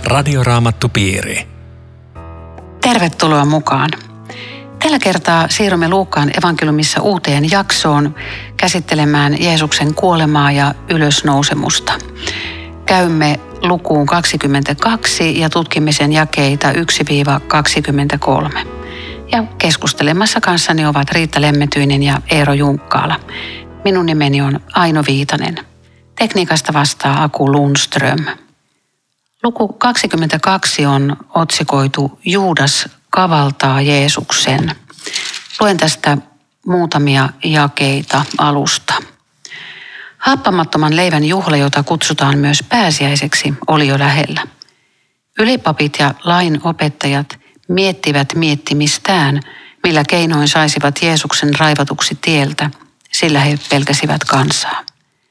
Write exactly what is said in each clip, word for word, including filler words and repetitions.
Radioraamattupiiri. Tervetuloa mukaan. Tällä kertaa siirrymme Luukkaan evankeliumissa uuteen jaksoon käsittelemään Jeesuksen kuolemaa ja ylösnousemusta. Käymme lukuun kaksikymmentäkaksi ja tutkimme sen jakeita yksi kaksikymmentäkolme. Ja keskustelemassa kanssani ovat Riitta Lemmetyinen ja Eero Junkkaala. Minun nimeni on Aino Viitanen. Tekniikasta vastaa Aku Lundström. Luku kaksikymmentäkaksi on otsikoitu Juudas kavaltaa Jeesuksen. Luen tästä muutamia jakeita alusta. Happamattoman leivän juhla, jota kutsutaan myös pääsiäiseksi, oli jo lähellä. Ylipapit ja lain opettajat miettivät miettimistään, millä keinoin saisivat Jeesuksen raivatuksi tieltä, sillä he pelkäsivät kansaa.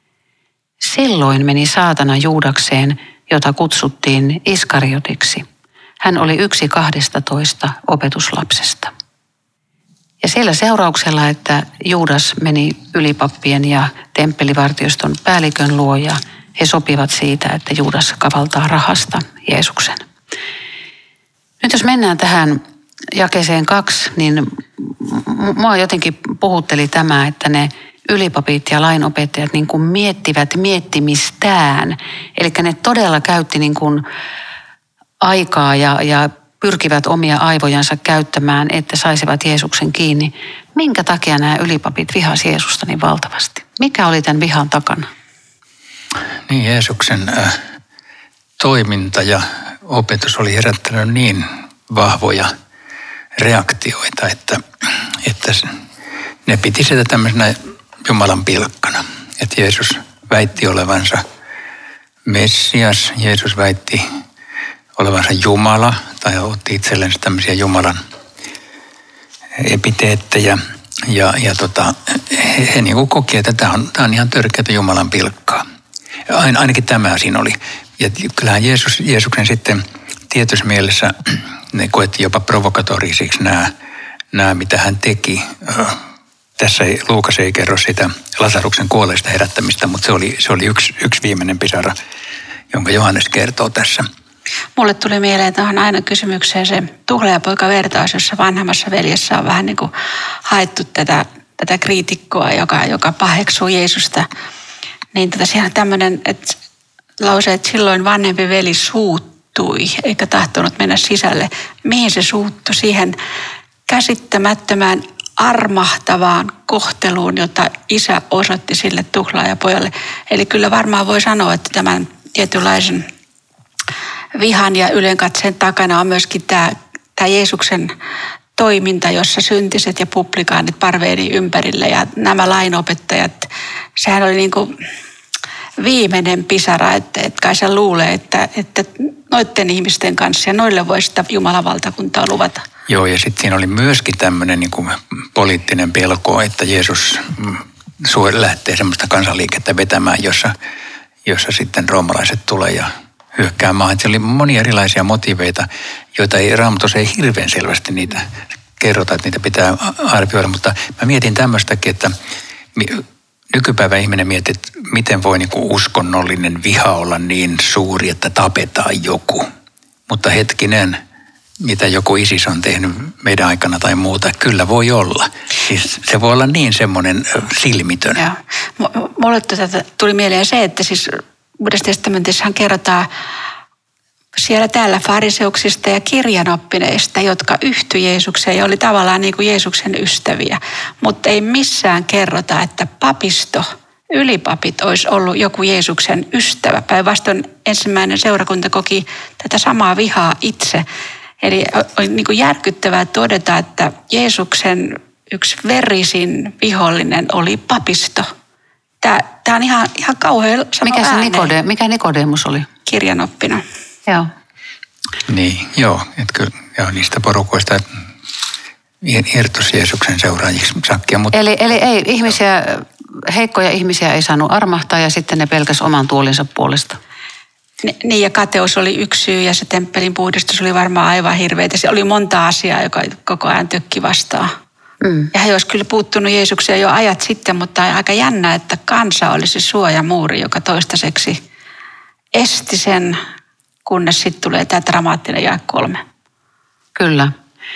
Silloin meni saatana Juudakseen, jota kutsuttiin Iskariotiksi. Hän oli yksi kahdestatoista opetuslapsesta. Ja sillä seurauksella, että Juudas meni ylipappien ja temppelivartioston päällikön luo ja he sopivat siitä, että Juudas kavaltaa rahasta Jeesuksen. Nyt jos mennään tähän jakeeseen kaksi, niin mua jotenkin puhutteli tämä, että ne ylipapit ja lainopettajat niin kuin miettivät miettimistään. Eli ne todella käytti niin kuin aikaa ja, ja pyrkivät omia aivojansa käyttämään, että saisivat Jeesuksen kiinni. Minkä takia nämä ylipapit vihasi Jeesusta niin valtavasti? Mikä oli tämän vihan takana? Niin, Jeesuksen äh, toiminta ja opetus oli herättänyt niin vahvoja reaktioita, että, että ne piti sitä tämmöisenä Jumalan pilkkana. Että Jeesus väitti olevansa Messias, Jeesus väitti olevansa Jumala, tai otti itsellensä tämmöisiä Jumalan epiteettejä. Ja, ja tota, he, he niin kuin koki, että tämä on, tämä on ihan törkeätä Jumalan pilkkaa. Ain, ainakin tämä siinä oli. Ja kyllähän Jeesus, Jeesuksen sitten tietyssä mielessä ne koettiin jopa provokatorisiksi nämä, nämä, mitä hän teki. Tässä ei, Luukas ei kerro sitä Lasaruksen kuolleista herättämistä, mutta se oli, se oli yksi, yksi viimeinen pisara, jonka Johannes kertoo tässä. Mulle tuli mieleen tuohon aina kysymykseen se tuhlaajapoika-vertaus, jossa vanhemmassa veljessä on vähän niin kuin haettu tätä, tätä kriitikkoa, joka, joka paheksuu Jeesusta. Niin tota, siellä on tämmöinen että lause, että silloin vanhempi veli suuttui, eikä tahtonut mennä sisälle. Mihin se suuttui? Siihen käsittämättömään armahtavaan kohteluun, jota isä osoitti sille tuhlaajapojalle. Eli kyllä varmaan voi sanoa, että tämän tietynlaisen vihan ja ylenkatseen takana on myöskin tämä, tämä Jeesuksen toiminta, jossa syntiset ja publikaanit parveili ympärille ja nämä lainopettajat, sehän oli niin kuin viimeinen pisara, että, että kai se luulee, että, että noiden ihmisten kanssa ja noille voi sitä Jumalan valtakuntaa luvata. Joo, ja sitten siinä oli myöskin tämmöinen niin kuin poliittinen pelko, että Jeesus lähtee semmoista kansanliikettä vetämään, jossa, jossa sitten roomalaiset tulee ja hyökkää maahan. Siellä oli monia erilaisia motiiveita, joita ei Raamatussa ei hirveän selvästi niitä kerrota, että niitä pitää arvioida. Mutta mä mietin tämmöistäkin, että nykypäivän ihminen mietit, että miten voi niin kuin uskonnollinen viha olla niin suuri, että tapetaan joku. Mutta hetkinen, mitä joku ISIS on tehnyt meidän aikana tai muuta, kyllä voi olla. Siis se voi olla niin semmoinen silmitön. Joo. Mulle tuli mieleen se, että siis Uudessa testamentissahan kerrotaan siellä täällä fariseuksista ja kirjanoppineista, jotka yhtyi Jeesukseen ja oli tavallaan niin kuin Jeesuksen ystäviä. Mutta ei missään kerrota, että papisto, ylipapit olisi ollut joku Jeesuksen ystävä. Päinvastoin ensimmäinen seurakunta koki tätä samaa vihaa itse. Eli on niin kuin järkyttävää todeta, että Jeesuksen yksi verisin vihollinen oli papisto. Tämä, tämä on ihan, ihan kauhean sanoa Mikä se ääneen. Nikode, mikä Nikodemus oli? Kirjanoppina. Joo. Niin, joo. Että kyllä, joo, niistä porukoista irtosi Jeesuksen seuraajiksi sakkia. Mutta Eli, eli ei ihmisiä, heikkoja ihmisiä ei saanut armahtaa ja sitten ne pelkäs oman tuolinsa puolesta. Niin ja kateus oli yksi syy ja se temppelin puhdistus oli varmaan aivan hirveätä. Se oli monta asiaa, joka koko ajan tökki vastaan. Mm. Ja he olisi kyllä puuttunut Jeesukseen jo ajat sitten, mutta on aika jännä, että kansa oli se suojamuuri, joka toistaiseksi esti sen kunnes sitten tulee tämä dramaattinen jae kolme. Kyllä.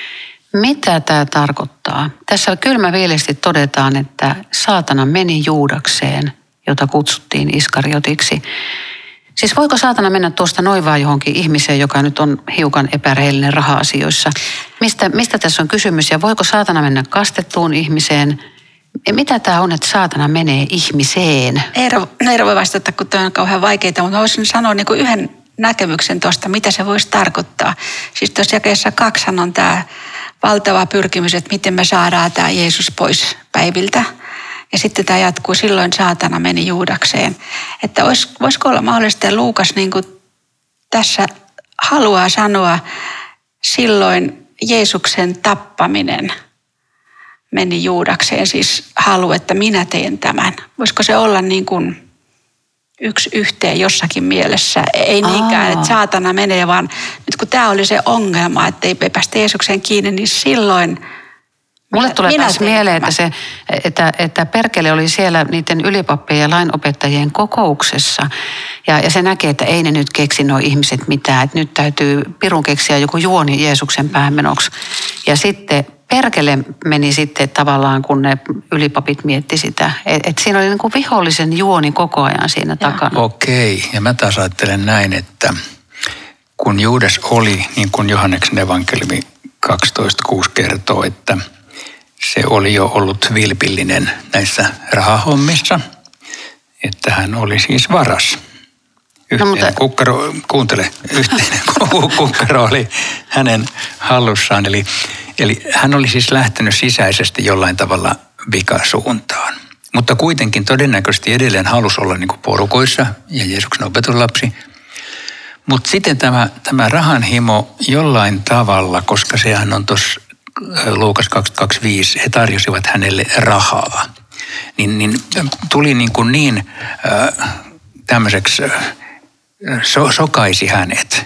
Mitä tämä tarkoittaa? Tässä kylmäviilesti todetaan, että saatana meni Juudakseen, jota kutsuttiin Iskariotiksi. Siis voiko saatana mennä tuosta noin vaan johonkin ihmiseen, joka nyt on hiukan epärehellinen raha-asioissa? Mistä, mistä tässä on kysymys ja voiko saatana mennä kastettuun ihmiseen? Mitä tämä on, että saatana menee ihmiseen? Eero, Eero voi vastata, kun tämä on kauhean vaikeaa, mutta voisin sanoa niin kuin yhden näkemyksen tuosta, mitä se voisi tarkoittaa. Siis tuossa jakeessa kaksihan on tämä valtava pyrkimys, että miten me saadaan tämä Jeesus pois päiviltä. Ja sitten tämä jatkuu, silloin saatana meni Juudakseen. Että vois, voisiko olla mahdollista, että Luukas niin kuin tässä haluaa sanoa, silloin Jeesuksen tappaminen meni Juudakseen, siis halu, että minä teen tämän. Voisiko se olla niin kuin yksi yhteen jossakin mielessä? Ei niinkään, että saatana menee, vaan nyt kun tämä oli se ongelma, että ei päästä Jeesukseen kiinni, niin silloin Mulle tulee taas mieleen, että, se, että, että perkele oli siellä niiden ylipappien ja lainopettajien kokouksessa. Ja, ja se näkee, että ei ne nyt keksi nuo ihmiset mitään. Että nyt täytyy pirun keksiä joku juoni Jeesuksen päämenoksi. Ja sitten perkele meni sitten tavallaan, kun ne ylipapit mietti sitä. Että et siinä oli niin kuin vihollisen juoni koko ajan siinä takana. Okei, ja mä taas ajattelen näin, että kun Juudas oli, niin kuin Johanneksen evankeliumi kaksitoista kuusi kertoo, että se oli jo ollut vilpillinen näissä rahahommissa, että hän oli siis varas. Yhteinen no, mutta... kukkaro, kuuntele, yhteinen kukkaro oli hänen hallussaan. Eli, eli hän oli siis lähtenyt sisäisesti jollain tavalla vikasuuntaan. Mutta kuitenkin todennäköisesti edelleen halusi olla niin kuin porukoissa ja Jeesuksen opetuslapsi. Mutta sitten tämä, tämä rahanhimo jollain tavalla, koska sehän on tuossa Luukas kaksikymmentäviisi, he tarjosivat hänelle rahaa, niin, niin tuli niin, kuin niin äh, tämmöiseksi, äh, so, sokaisi hänet,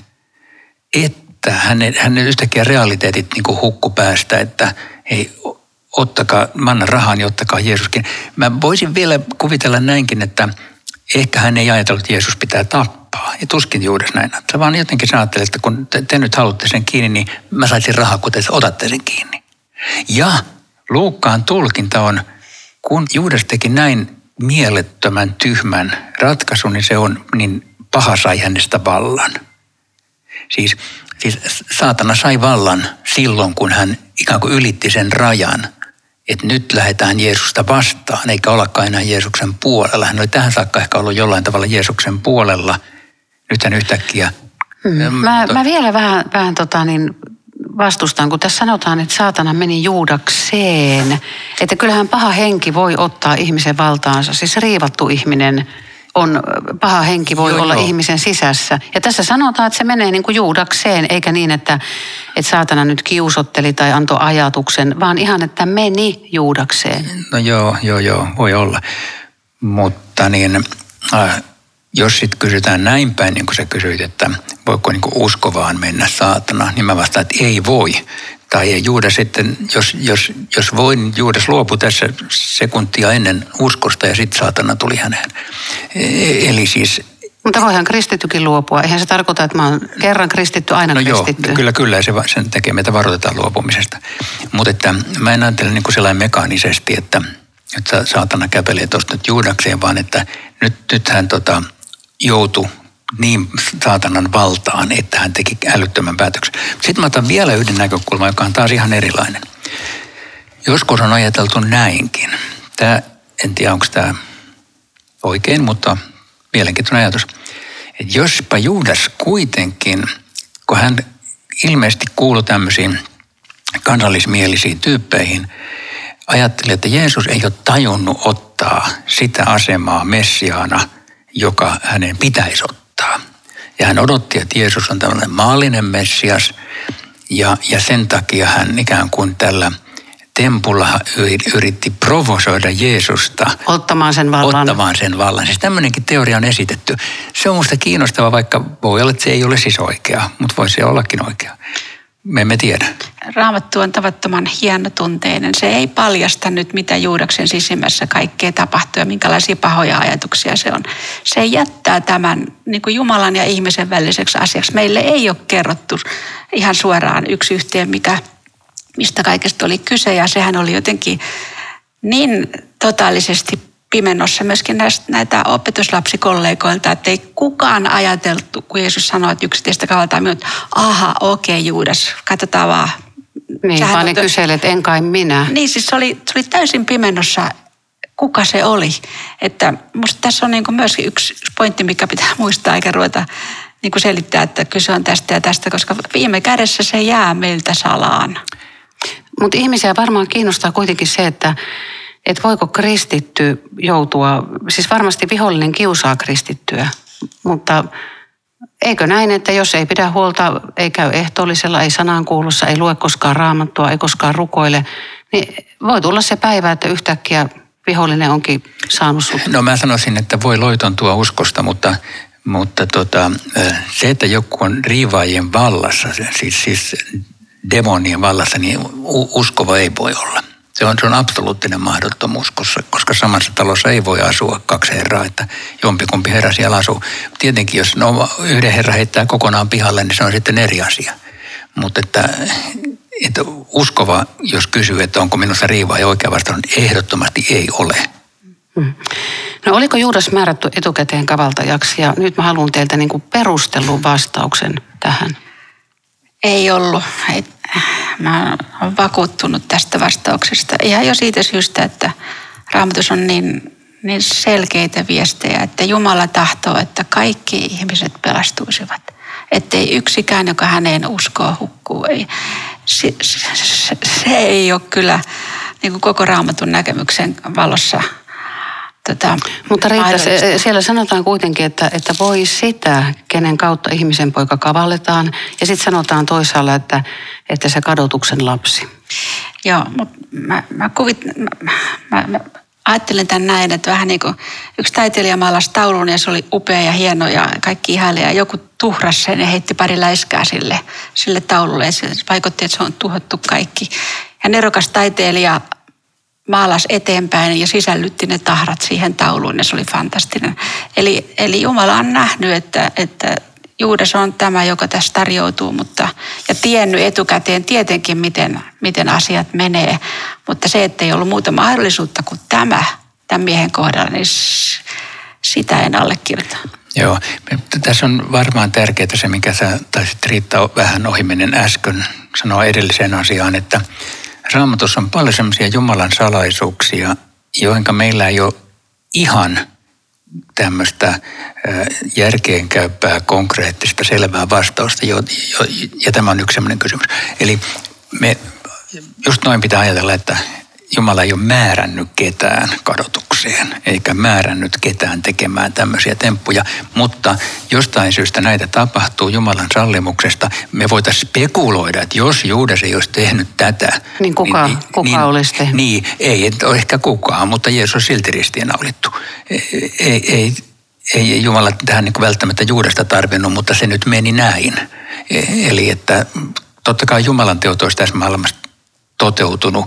että hänen, hänen yhtäkkiä realiteetit niin kuin hukku päästä, että hei, ottakaa, mä annan rahaa, niin ottakaa Jeesuskin. Mä voisin vielä kuvitella näinkin, että ehkä hän ei ajatellut, että Jeesus pitää tappaa. Ja tuskin Juudas näin. Sä vaan jotenkin sä ajattelet, että kun te, te nyt haluatte sen kiinni, niin mä saisin rahaa, kun te otatte sen kiinni. Ja Luukkaan tulkinta on, kun Juudas teki näin mielettömän tyhmän ratkaisun, niin se on, niin paha sai hänestä vallan. Siis, siis saatana sai vallan silloin, kun hän ikään kuin ylitti sen rajan, että nyt lähdetään Jeesusta vastaan, eikä ollakaan enää Jeesuksen puolella. Hän oli tähän saakka ehkä ollut jollain tavalla Jeesuksen puolella. Nyt hän yhtäkkiä... Hmm. Mä, to... mä vielä vähän, vähän tota niin vastustan, kun tässä sanotaan, että saatana meni Juudakseen. Että kyllähän paha henki voi ottaa ihmisen valtaansa. Siis riivattu ihminen on, paha henki voi joo, olla joo. ihmisen sisässä. Ja tässä sanotaan, että se menee niin kuin Juudakseen, eikä niin, että, että saatana nyt kiusotteli tai antoi ajatuksen, vaan ihan, että meni Juudakseen. No joo, joo, joo, voi olla. Mutta niin... Äh, Jos sitten kysytään näin päin, niin kuin sä kysyit, että voiko niin kuin uskovaan mennä saatana, niin mä vastaan, että ei voi. Tai ei Juudas sitten, jos, jos, jos voi, niin Juudas luopui tässä sekuntia ennen uskosta ja sitten saatana tuli häneen. Eli siis... Mutta voihan kristittykin luopua. Eihän se tarkoita, että mä oon kerran kristitty, aina no kristitty. Joo, kyllä, kyllä. Se sen tekee, meitä varoitetaan luopumisesta. Mutta että mä en ajattele niin kuin sellainen mekaanisesti, että, että saatana käpelee tuosta nyt Juudakseen, vaan että nyt, nyt hän tota... joutui niin saatanan valtaan, että hän teki älyttömän päätöksen. Sitten mä otan vielä yhden näkökulman, joka on taas ihan erilainen. Joskus on ajateltu näinkin. Tämä, en tiedä onko tämä oikein, mutta mielenkiintoinen ajatus. Että jospa Juudas kuitenkin, kun hän ilmeisesti kuului tämmöisiin kansallismielisiin tyyppeihin, ajatteli, että Jeesus ei ole tajunnut ottaa sitä asemaa messiaana, joka hänen pitäisi ottaa. Ja hän odotti, että Jeesus on tällainen maallinen Messias, ja, ja sen takia hän ikään kuin tällä tempulla yritti provosoida Jeesusta. Ottamaan sen vallan. Ottamaan sen vallan. Siis tämmöinenkin teoria on esitetty. Se on musta kiinnostava, vaikka voi olla, että se ei ole siis oikea, mutta voi se ollakin oikea. me emme tiedä. Raamattu on tavattoman hienotunteinen. Se ei paljasta nyt, mitä Juudaksen sisimmässä kaikkea tapahtuu ja minkälaisia pahoja ajatuksia se on. Se jättää tämän niin kuin Jumalan ja ihmisen väliseksi asiaksi. Meille ei ole kerrottu ihan suoraan yksi yhteen, mikä, mistä kaikesta oli kyse. Ja sehän oli jotenkin niin totaalisesti pimennossa myöskin näistä, näitä opetuslapsikollegoilta, että ei kukaan ajateltu, kun Jeesus sanoi, että yksi teistä kavaltaa minut, aha, okei okay, Juudas, katsotaan vaan. Niin, Sähän vaan ne on... kyselet, en kai minä. Niin, siis se oli, se oli täysin pimennossa, kuka se oli. Että musta tässä on niin kuin myöskin yksi pointti, mikä pitää muistaa, eikä ruveta niin kuin selittää, että kyse on tästä ja tästä, koska viime kädessä se jää meiltä salaan. Mutta ihmisiä varmaan kiinnostaa kuitenkin se, että että voiko kristitty joutua, siis varmasti vihollinen kiusaa kristittyä, mutta eikö näin, että jos ei pidä huolta, ei käy ehtoollisella, ei sanankuulussa, ei lue koskaan raamattua, ei koskaan rukoile, niin voi tulla se päivä, että yhtäkkiä vihollinen onkin saanut sut. No mä sanoisin, että voi loitontua uskosta, mutta, mutta tota, se, että joku on riivaajien vallassa, siis, siis demonien vallassa, niin uskova ei voi olla. Se on, se on absoluuttinen mahdottomuus, koska, koska samassa talossa ei voi asua kaksi herraa, että jompikumpi herra siellä asuu. Tietenkin, jos no, yhden herra heittää kokonaan pihalle, niin se on sitten eri asia. Mutta että, että uskova, jos kysyy, että onko minussa riivaa ja oikea vastaus, niin ehdottomasti ei ole. Hmm. No oliko Juudas määrätty etukäteen kavaltajaksi ja nyt mä haluan teiltä niin kuin perustellun vastauksen tähän. Ei ollut. Ei. Mä olen vakuuttunut tästä vastauksesta. Ihan jo siitä syystä, että Raamatussa on niin, niin selkeitä viestejä, että Jumala tahtoo, että kaikki ihmiset pelastuisivat. Ettei yksikään, joka häneen uskoo, hukkuu. Ei. Se, se, se ei ole kyllä niin kuin koko Raamatun näkemyksen valossa. Tota, Mutta Riitta, siellä sanotaan kuitenkin, että, että voi sitä, kenen kautta ihmisen poika kavalletaan. Ja sitten sanotaan toisaalla, että, että se kadotuksen lapsi. Joo, mutta mä, mä, kuvit, mä, mä, mä ajattelen tämän näin, että vähän niin kuin yksi taiteilija maalasi taulun ja se oli upea ja hieno ja kaikki ihaile. Ja joku tuhrasi sen ja heitti pari läiskää sille, sille taululle ja se vaikutti, että se on tuhottu kaikki. Ja nerokas taiteilija maalasi eteenpäin ja sisällytti ne tahrat siihen tauluun ja se oli fantastinen. Eli, eli Jumala on nähnyt, että, että Juudas on tämä, joka tässä tarjoutuu, mutta, ja tiennyt etukäteen tietenkin, miten, miten asiat menee. Mutta se, että ei ollut muuta mahdollisuutta kuin tämä, tämän miehen kohdalla, niin sitä en allekirjoita. Joo, tässä on varmaan tärkeää se, mikä sä taisit Riitta vähän ohimennen äsken sanoa edelliseen asiaan, että Raamatussa on paljon sellaisia Jumalan salaisuuksia, joihinka meillä ei ole ihan tämmöistä järkeenkäyppää, konkreettista, selvää vastausta, jo, jo, ja tämä on yksi sellainen kysymys. Eli me just noin pitää ajatella, että Jumala ei ole määrännyt ketään kadotukseen, eikä määrännyt ketään tekemään tämmöisiä temppuja, mutta jostain syystä näitä tapahtuu Jumalan sallimuksesta. Me voitaisiin spekuloida, että jos Juudas ei olisi tehnyt tätä... Niin kuka, niin, kuka niin, olisi tehnyt? Niin, ei ole ehkä kukaan, mutta Jeesus on silti ristiinnaulittu. Ei, ei, ei, ei Jumala tähän niin kuin välttämättä Juudasta tarvinnut, mutta se nyt meni näin. Eli että totta kai Jumalan teot olisi tässä maailmassa toteutunut.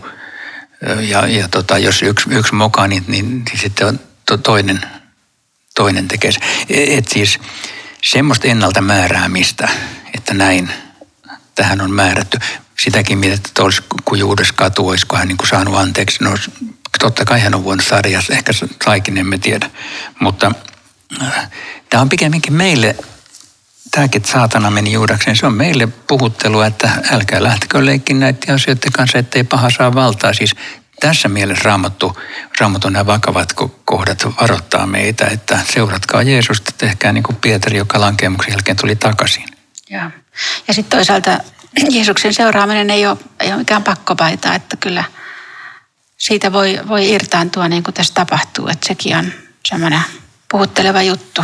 Ja, ja tota, jos yksi, yksi mokaa, niin, niin, niin sitten on to, toinen, toinen tekee se. Et siis semmoista ennalta määräämistä, että näin tähän on määrätty. Sitäkin mietitään, että olisi, kun Juudas katu, olisiko hän niin kuin saanut anteeksi. No totta kai hän on voinut saada, ja ehkä saikin, emme tiedä. Mutta äh, tämä on pikemminkin meille, tämäkin, että saatana meni Juudakseen, se on meille puhuttelua, että älkää lähtekö leikkiin näiden asioiden kanssa, ettei paha saa valtaa. Siis tässä mielessä Raamattu, Raamatun nämä vakavat kohdat varoittaa meitä, että seuratkaa Jeesusta, tehkää niin kuin Pietari, joka lankeemuksen jälkeen tuli takaisin. Ja, ja sitten toisaalta Jeesuksen seuraaminen ei ole, ei ole mikään pakkopaita, että kyllä siitä voi, voi irtaantua niin kuin tässä tapahtuu, että sekin on semmoinen puhutteleva juttu.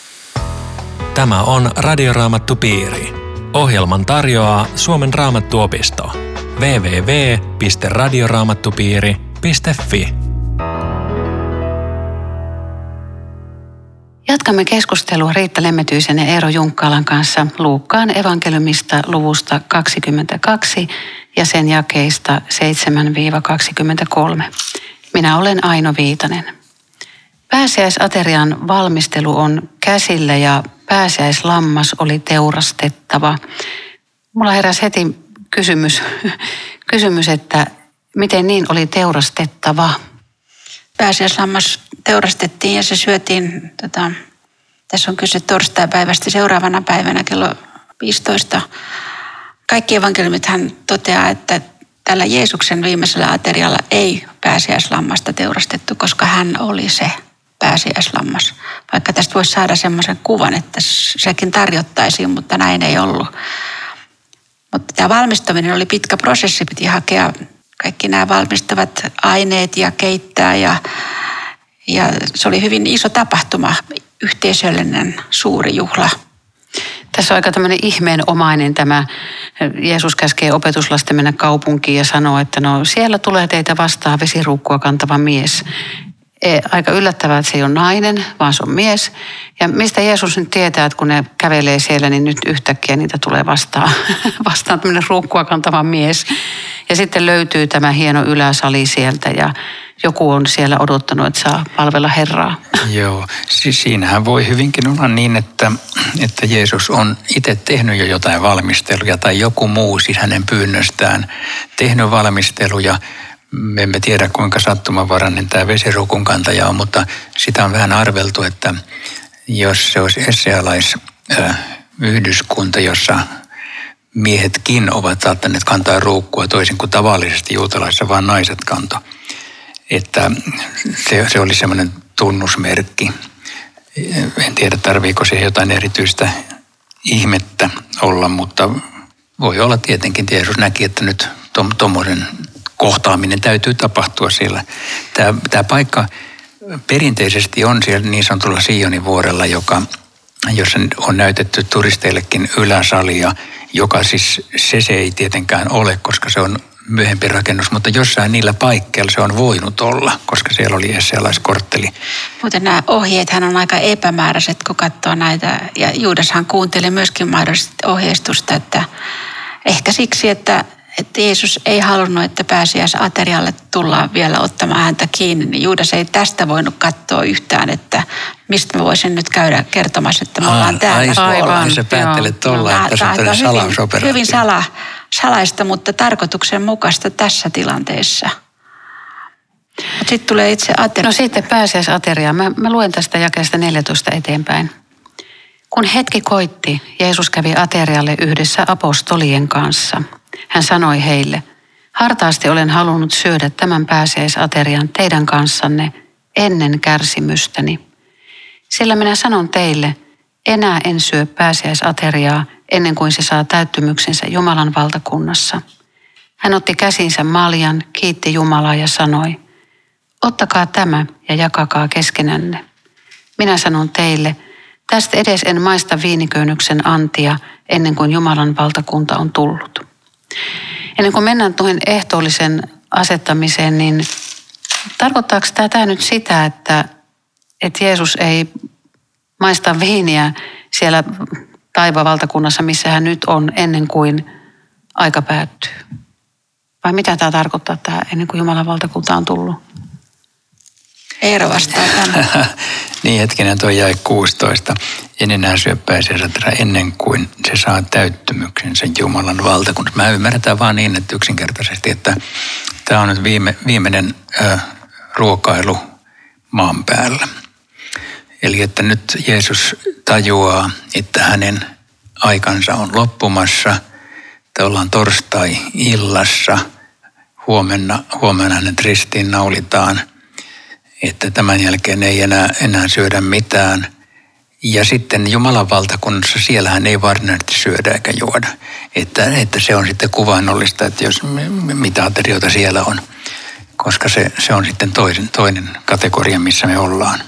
Tämä on Radioraamattupiiri. Ohjelman tarjoaa Suomen Raamattuopisto. double-u double-u double-u piste radioraamattupiiri piste fi Jatkamme keskustelua Riitta Lemmetyisen ja Eero Junkkaalan kanssa Luukkaan evankeliumista luvusta kaksikymmentäkaksi ja sen jakeista seitsemän kaksikymmentäkolme. Minä olen Aino Viitanen. Pääsiäisaterian valmistelu on käsillä ja pääsiäislammas oli teurastettava. Mulla heräsi heti kysymys, kysymys, että miten niin oli teurastettava? Pääsiäislammas teurastettiin ja se syötiin, tota, tässä on kyse torstaipäivästä seuraavana päivänä kello viisitoista. Kaikki evankeliumithan toteaa, että tällä Jeesuksen viimeisellä aterialla ei pääsiäislammasta teurastettu, koska hän oli se pääsiäislammas. Vaikka tästä voisi saada semmoisen kuvan, että sekin tarjottaisiin, mutta näin ei ollut. Mutta tämä valmistaminen oli pitkä prosessi, piti hakea kaikki nämä valmistavat aineet ja keittää ja, ja se oli hyvin iso tapahtuma, yhteisöllinen suuri juhla. Tässä on aika tämmöinen ihmeenomainen tämä, Jeesus käskee opetuslasten mennä kaupunkiin ja sanoo, että no siellä tulee teitä vastaan vesiruukkua kantava mies. Aika yllättävää, että se ei ole nainen, vaan se on mies. Ja mistä Jeesus nyt tietää, että kun ne kävelee siellä, niin nyt yhtäkkiä niitä tulee vastaan, vastaan tämmöinen ruukkua kantava mies. Ja sitten löytyy tämä hieno yläsali sieltä ja joku on siellä odottanut, että saa palvella Herraa. Joo, siis siinähän voi hyvinkin olla niin, että, että Jeesus on itse tehnyt jo jotain valmisteluja tai joku muu siis hänen pyynnöstään tehnyt valmisteluja. Me emme tiedä, kuinka sattumanvarainen tämä vesiruukun kantaja on, mutta sitä on vähän arveltu, että jos se olisi essealaisyhdyskunta, jossa miehetkin ovat saattaneet kantaa ruukkua toisin kuin tavallisesti juutalaisissa, vaan naiset kanto. Että se, se oli semmoinen tunnusmerkki. En tiedä, tarviiko se jotain erityistä ihmettä olla, mutta voi olla tietenkin, että Jeesus näki, että nyt tuommoisen kohtaaminen täytyy tapahtua siellä. Tämä, tämä paikka perinteisesti on siellä niin sanotulla Sionin vuorella, joka, jossa on näytetty turisteillekin yläsalia, joka siis se, se ei tietenkään ole, koska se on myöhempi rakennus, mutta jossain niillä paikkeilla se on voinut olla, koska siellä oli essealaiskortteli. Muuten nämä ohjeethan on aika epämääräiset, kun katsoo näitä, ja Juudashan kuunteli myöskin mahdollisesti ohjeistusta, että ehkä siksi, että että Jeesus ei halunnut, että pääsiäisaterialle tullaan vielä ottamaan häntä kiinni, niin Juudas ei tästä voinut katsoa yhtään, että mistä mä voisin nyt käydä kertomassa, että me ollaan täällä. Aivan, sä päättelet tuolla, että se on tällainen salausoperaatio. Hyvin sala, salaista, mutta tarkoituksenmukaista tässä tilanteessa. Mutta sitten tulee itse ateria. No sitten pääsiäisateria. Mä, mä luen tästä jakeesta neljätoista eteenpäin. Kun hetki koitti, Jeesus kävi aterialle yhdessä apostolien kanssa. Hän sanoi heille, hartaasti olen halunnut syödä tämän pääsiäisaterian teidän kanssanne ennen kärsimystäni. Sillä minä sanon teille, enää en syö pääsiäisateriaa ennen kuin se saa täyttymyksensä Jumalan valtakunnassa. Hän otti käsinsä maljan, kiitti Jumalaa ja sanoi, ottakaa tämä ja jakakaa keskenänne. Minä sanon teille, tästä edes en maista viiniköynnyksen antia ennen kuin Jumalan valtakunta on tullut. Ennen kuin mennään tuohon ehtoollisen asettamiseen, niin tarkoittaako tämä nyt sitä, että, että Jeesus ei maista viiniä siellä taivavaltakunnassa, missä hän nyt on, ennen kuin aika päättyy? Vai mitä tämä tarkoittaa, tämä ennen kuin Jumalan valtakunta on tullut? Eero vastaa tämän. Niin hetkinen, tuo jäi kuusitoista. En enää syö pääsiäisateriaa ennen kuin se saa täyttymyksensä Jumalan valtakunnassa. Mä ymmärretään vaan niin, että yksinkertaisesti, että tämä on nyt viime, viimeinen äh, ruokailu maan päällä. Eli että nyt Jeesus tajuaa, että hänen aikansa on loppumassa. Että ollaan torstai-illassa. Huomenna, huomenna hänet ristiin naulitaan. Että tämän jälkeen ei enää, enää syödä mitään. Ja sitten Jumalan valtakunnassa siellähän ei varsinaisesti syödä eikä juoda. Että, että se on sitten kuvainnollista, että jos mitä aterioita siellä on. Koska se, se on sitten toisen, toinen kategoria, missä me ollaan.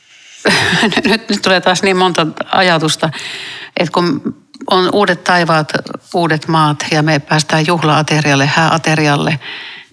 Nyt, nyt tulee taas niin monta ajatusta, että kun on uudet taivaat, uudet maat ja me päästään juhla-aterialle, hääaterialle,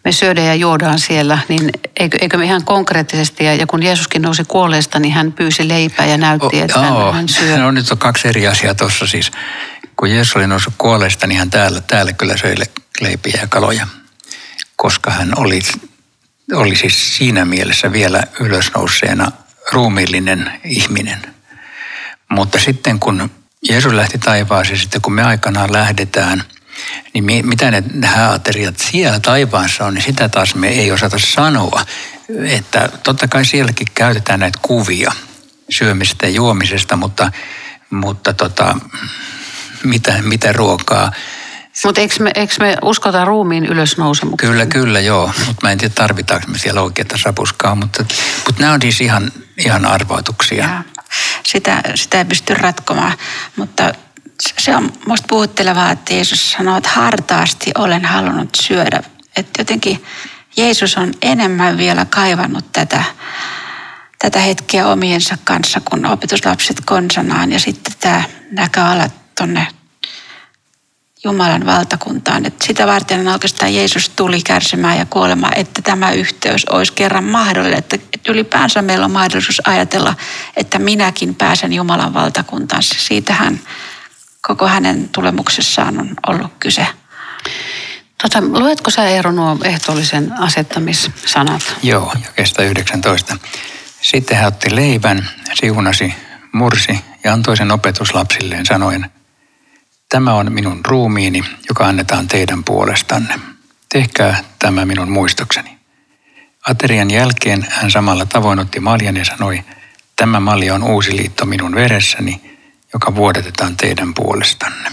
me syödään ja juodaan siellä, niin eikö, eikö me ihan konkreettisesti, ja, ja kun Jeesuskin nousi kuolleesta, niin hän pyysi leipää ja näytti, että oh, hän, hän syö. No nyt on kaksi eri asiaa tuossa siis. Kun Jeesus oli noussut kuolleesta, niin hän täällä, täällä kyllä söi leipiä ja kaloja, koska hän oli, oli siis siinä mielessä vielä ylösnouseena ruumiillinen ihminen. Mutta sitten kun Jeesus lähti taivaaseen, sitten kun me aikanaan lähdetään, niin mitä ne hääateriat siellä taivaassa on, niin sitä taas me ei osata sanoa. Että totta kai sielläkin käytetään näitä kuvia syömisestä ja juomisesta, mutta, mutta tota, mitä, mitä ruokaa. Mutta eikö me, eikö me uskota ruumiin ylösnousemukseen? Kyllä, kyllä, joo. Mutta mä en tiedä, tarvitaanko me siellä oikeaa sapuskaa, mutta, mutta nämä on siis ihan, ihan arvoituksia. Ja, sitä, sitä ei pysty ratkomaan, mutta se on musta puhuttelevaa, että Jeesus sanoo, että hartaasti olen halunnut syödä. Että jotenkin Jeesus on enemmän vielä kaivannut tätä, tätä hetkeä omiensa kanssa, kun opetuslapset konsanaan ja sitten tämä näköala tuonne Jumalan valtakuntaan. Että sitä varten oikeastaan Jeesus tuli kärsimään ja kuolemaan, että tämä yhteys olisi kerran mahdollinen. Että ylipäänsä meillä on mahdollisuus ajatella, että minäkin pääsen Jumalan valtakuntaan. Siitähän koko hänen tulemuksessaan on ollut kyse. Tota, luetko sä, Eero, nuo ehtoollisen asettamissanat? Joo, jakeesta yhdeksäntoista. Sitten hän otti leivän, siunasi, mursi ja antoi sen opetuslapsilleen sanoen, tämä on minun ruumiini, joka annetaan teidän puolestanne. Tehkää tämä minun muistokseni. Aterian jälkeen hän samalla tavoin otti maljan ja sanoi, tämä malja on uusi liitto minun veressäni, joka vuodatetaan teidän puolestanne.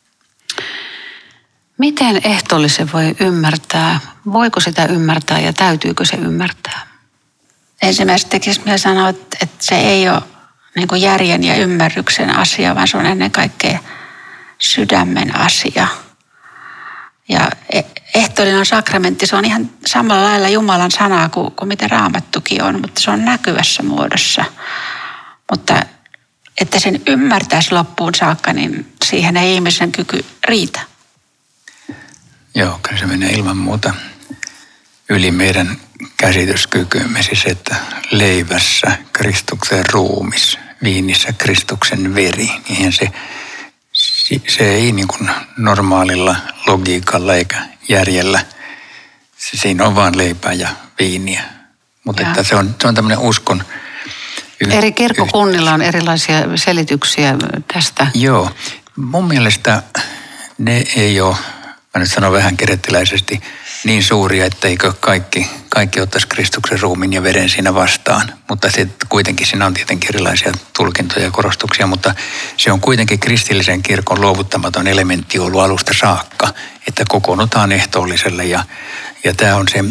Miten ehtoollisen voi ymmärtää? Voiko sitä ymmärtää ja täytyykö se ymmärtää? Ensimmäiseksi tekisi minä sanoa, että se ei ole niin kuin järjen ja ymmärryksen asia, vaan se on ennen kaikkea sydämen asia. Ja ehtoollinen sakramentti, se on ihan samalla lailla Jumalan sanaa kuin, kuin mitä Raamattukin on, mutta se on näkyvässä muodossa. Mutta että sen ymmärtäisi loppuun saakka, niin siihen ei ihmisen kyky riitä. Joo, kyllä se menee ilman muuta yli meidän käsityskykymme. Siis että leivässä Kristuksen ruumis, viinissä Kristuksen veri. Niin se, se ei niin kuin normaalilla logiikalla eikä järjellä. Se, siinä on vaan leipää ja viiniä. Mutta että se on, se on tämmöinen uskon. Eri kirkkokunnilla on erilaisia selityksiä tästä. Joo. Mun mielestä ne ei ole, mä nyt sanon vähän kerettiläisesti, niin suuria, etteikö kaikki, kaikki ottaisi Kristuksen ruumiin ja veren siinä vastaan. Mutta sitten kuitenkin siinä on tietenkin erilaisia tulkintoja ja korostuksia, mutta se on kuitenkin kristillisen kirkon luovuttamaton elementti ollut alusta saakka, että kokoonnutaan ehtoolliselle. Ja, ja tämä on se,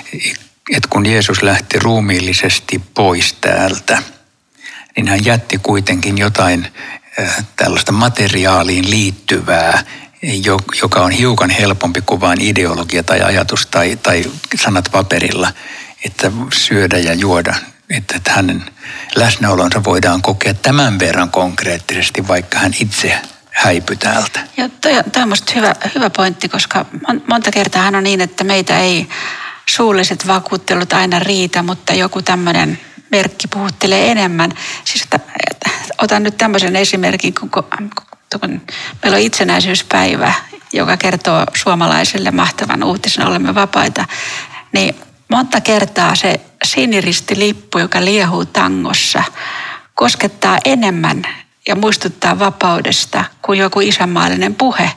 että kun Jeesus lähti ruumiillisesti pois täältä, niin hän jätti kuitenkin jotain äh, tällaista materiaaliin liittyvää, joka on hiukan helpompi kuin vain ideologia tai ajatus tai, tai sanat paperilla, että syödä ja juoda, että, että hänen läsnäolonsa voidaan kokea tämän verran konkreettisesti, vaikka hän itse häipy täältä. Ja toi, toi on musta hyvä, hyvä pointti, koska monta kertaa hän on niin, että meitä ei suulliset vakuuttelut aina riitä, mutta joku tämmöinen merkki puhuttelee enemmän. Siis että, että, otan nyt tämmöisen esimerkin, kun, kun, kun meillä on itsenäisyyspäivä, joka kertoo suomalaisille mahtavan uutisen, olemme vapaita, niin monta kertaa se siniristilippu, joka liehuu tangossa, koskettaa enemmän ja muistuttaa vapaudesta kuin joku isänmaallinen puhe.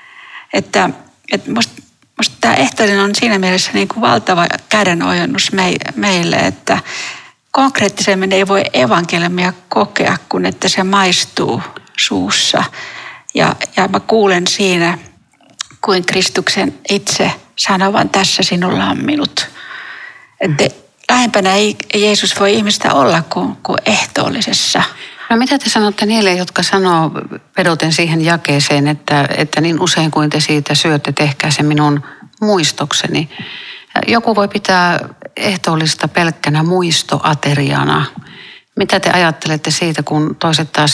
Että, että musta, musta tämä ehtoollinen on siinä mielessä niin kuin valtava kädenojennus meille, että konkreettisemmin ei voi evankeliumia kokea, kun että se maistuu suussa. Ja, ja mä kuulen siinä, kuin Kristuksen itse sanovan, tässä sinulla on minut. Että lähempänä ei Jeesus voi ihmistä olla kuin, kuin ehtoollisessa. No mitä te sanotte niille, jotka sanoo vedoten siihen jakeeseen, että, että niin usein kuin te siitä syötte, tehkää se minun muistokseni. Joku voi pitää ehtoollista pelkkänä muistoateriana. Mitä te ajattelette siitä, kun toiset taas sanoo, että konkreettisesti leivässä ja viinissä me saamme Kristuksen?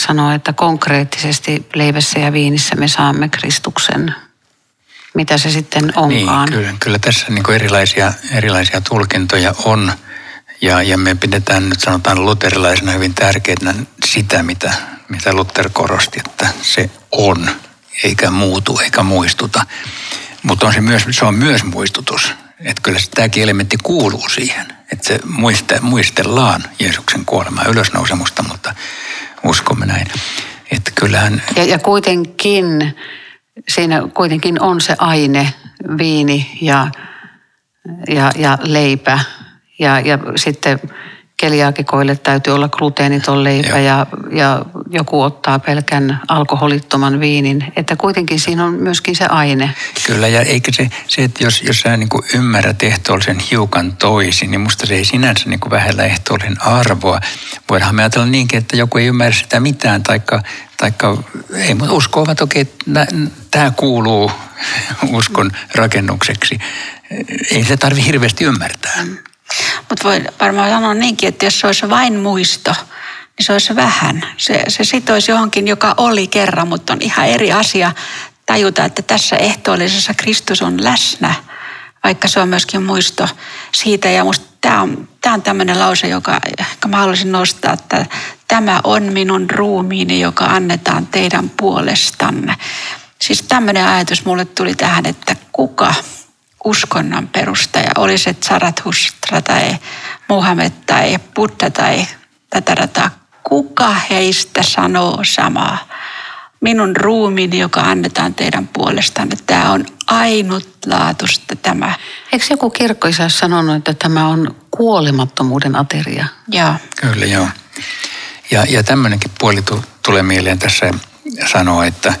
mitä se sitten onkaan. Niin, kyllä, kyllä tässä niin kuin erilaisia, erilaisia tulkintoja on. Ja, ja me pidetään nyt sanotaan luterilaisena hyvin tärkeänä sitä, mitä, mitä Luther korosti, että se on, eikä muutu, eikä muistuta. Mutta on se, myös, se on myös muistutus, että kyllä tämäkin elementti kuuluu siihen, että se muiste, muistellaan Jeesuksen kuolemaa ylösnousemusta, mutta uskomme näin, että kyllähän... Ja, ja kuitenkin, siinä kuitenkin on se aine, viini ja, ja, ja leipä. Ja, ja sitten keliaakikoille täytyy olla gluteeniton leipä ja, ja joku ottaa pelkän alkoholittoman viinin. Että kuitenkin siinä on myöskin se aine. Kyllä, ja eikä se, se että jos, jos sä niin kuin ymmärrät ehtoollisen hiukan toisin, niin musta se ei sinänsä niin kuin vähellä ehtoollisen arvoa. Voidaan me ajatella niinkin, että joku ei ymmärrä sitä mitään, taikka, taikka ei, mutta uskovat, okei, okay, tämä kuuluu uskon rakennukseksi. Ei se tarvitse hirveästi ymmärtää. Mm. Mutta voi varmaan sanoa niinkin, että jos se olisi vain muisto, niin se olisi vähän. Se, se sitoisi johonkin, joka oli kerran, mutta on ihan eri asia tajuta, että tässä ehtoollisessa Kristus on läsnä, vaikka se on myöskin muisto siitä. Ja musta tämä on, tämä on tämmöinen lause, joka, joka mä haluaisin nostaa, että tämä on minun ruumiini, joka annetaan teidän puolestanne. Siis tämmöinen ajatus mulle tuli tähän, että kuka uskonnon perustaja, oli se Zarathustra tai Muhammed tai Buddha tai tätä, kuka heistä sanoo samaa? Minun ruumiini, joka annetaan teidän puolestanne, tämä on ainutlaatuista tämä. Eikö joku kirkkoisä sanonut, että tämä on kuolemattomuuden ateria? Joo. Kyllä, joo. Ja, ja tämmöinenkin puoli tulee mieleen tässä sanoa, että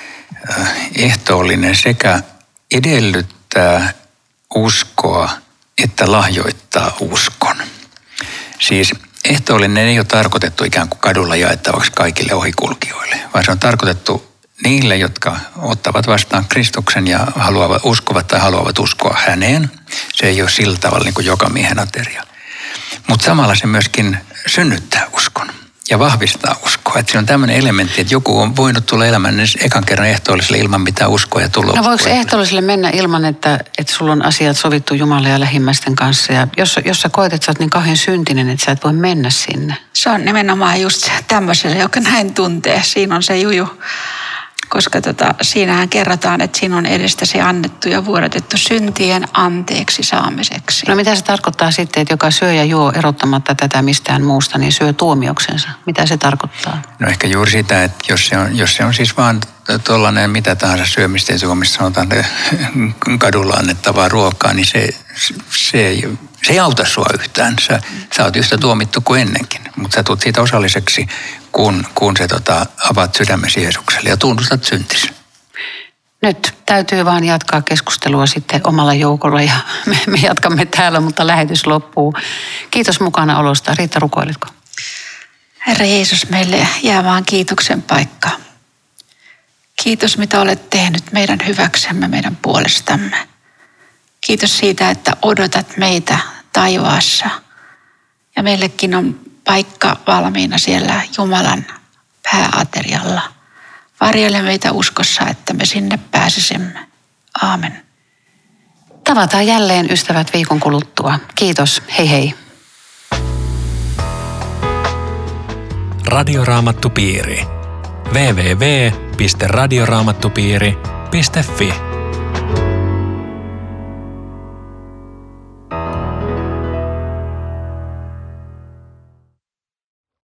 ehtoollinen sekä edellyttää uskoa, että lahjoittaa uskon. Siis ehtoollinen ei ole tarkoitettu ikään kuin kadulla jaettavaksi kaikille ohikulkijoille, vaan se on tarkoitettu niille, jotka ottavat vastaan Kristuksen ja haluavat, uskovat tai haluavat uskoa häneen. Se ei ole sillä tavalla niin kuin joka miehen ateria. Mutta samalla se myöskin synnyttää uskon ja vahvistaa uskoa. Että siinä on tämmöinen elementti, että joku on voinut tulla elämään ekan kerran ehtoolliselle ilman mitään uskoa ja tulla. No voiko ehtoolliselle mennä ilman, että, että sulla on asiat sovittu Jumalan ja lähimmäisten kanssa? Ja jos, jos sä koet, että sä oot niin kauhean syntinen, että sä et voi mennä sinne. Se on nimenomaan just tämmöiselle, joka näin tuntee. Siinä on se juju. Koska tota, siinähän kerrotaan, että siinä on edestäsi annettu ja vuodatettu syntien anteeksi saamiseksi. No mitä se tarkoittaa sitten, että joka syö ja juo erottamatta tätä mistään muusta, niin syö tuomioksensa? Mitä se tarkoittaa? No ehkä juuri sitä, että jos se on, jos se on siis vaan tuollainen mitä tahansa syömistä ja Suomessa sanotaan kadulla annettavaa ruokaa, niin se, se, ei, se ei auta sua yhtään. Sä, sä oot yhtä tuomittu kuin ennenkin, mutta sä tulet siitä osalliseksi, kun, kun se tota, avaat sydämesi Jeesukselle ja tunnustat syntisi. Nyt täytyy vaan jatkaa keskustelua sitten omalla joukolla ja me, me jatkamme täällä, mutta lähetys loppuu. Kiitos mukana olosta. Riitta, rukoiletko? Herra Jeesus, meille jää vaan kiitoksen paikka. Kiitos, mitä olet tehnyt meidän hyväksemme, meidän puolestamme. Kiitos siitä, että odotat meitä taivaassa. Ja meillekin on paikka valmiina siellä Jumalan pääaterialla. Varjele meitä uskossa, että me sinne pääsisimme. Aamen. Tavataan jälleen ystävät viikon kuluttua. Kiitos. Hei hei. Radioraamattupiiri. double-u double-u double-u piste radioraamattupiiri piste fi